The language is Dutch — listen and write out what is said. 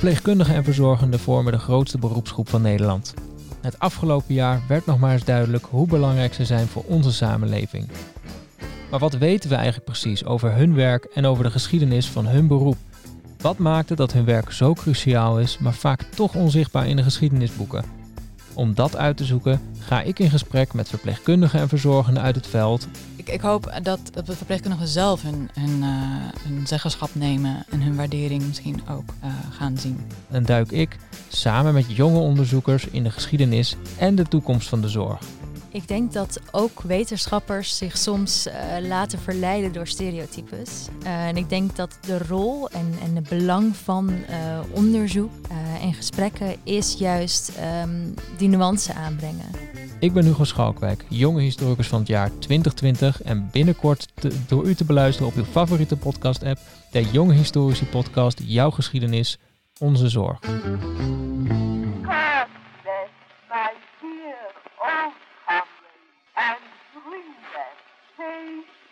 Verpleegkundigen en verzorgenden vormen de grootste beroepsgroep van Nederland. Het afgelopen jaar werd nog maar eens duidelijk hoe belangrijk ze zijn voor onze samenleving. Maar wat weten we eigenlijk precies over hun werk en over de geschiedenis van hun beroep? Wat maakt het dat hun werk zo cruciaal is, maar vaak toch onzichtbaar in de geschiedenisboeken? Om dat uit te zoeken ga ik in gesprek met verpleegkundigen en verzorgenden uit het veld. Ik hoop dat de verpleegkundigen zelf hun zeggenschap nemen en hun waardering misschien ook gaan zien. En duik ik samen met jonge onderzoekers in de geschiedenis en de toekomst van de zorg. Ik denk dat ook wetenschappers zich soms laten verleiden door stereotypes. En ik denk dat de rol en het belang van onderzoek en gesprekken is juist die nuance aanbrengen. Ik ben Hugo Schalkwijk, jonge historicus van het jaar 2020 en binnenkort door u te beluisteren op uw favoriete podcast-app, de Jonge Historici Podcast, jouw geschiedenis, onze zorg. And 3 left. Say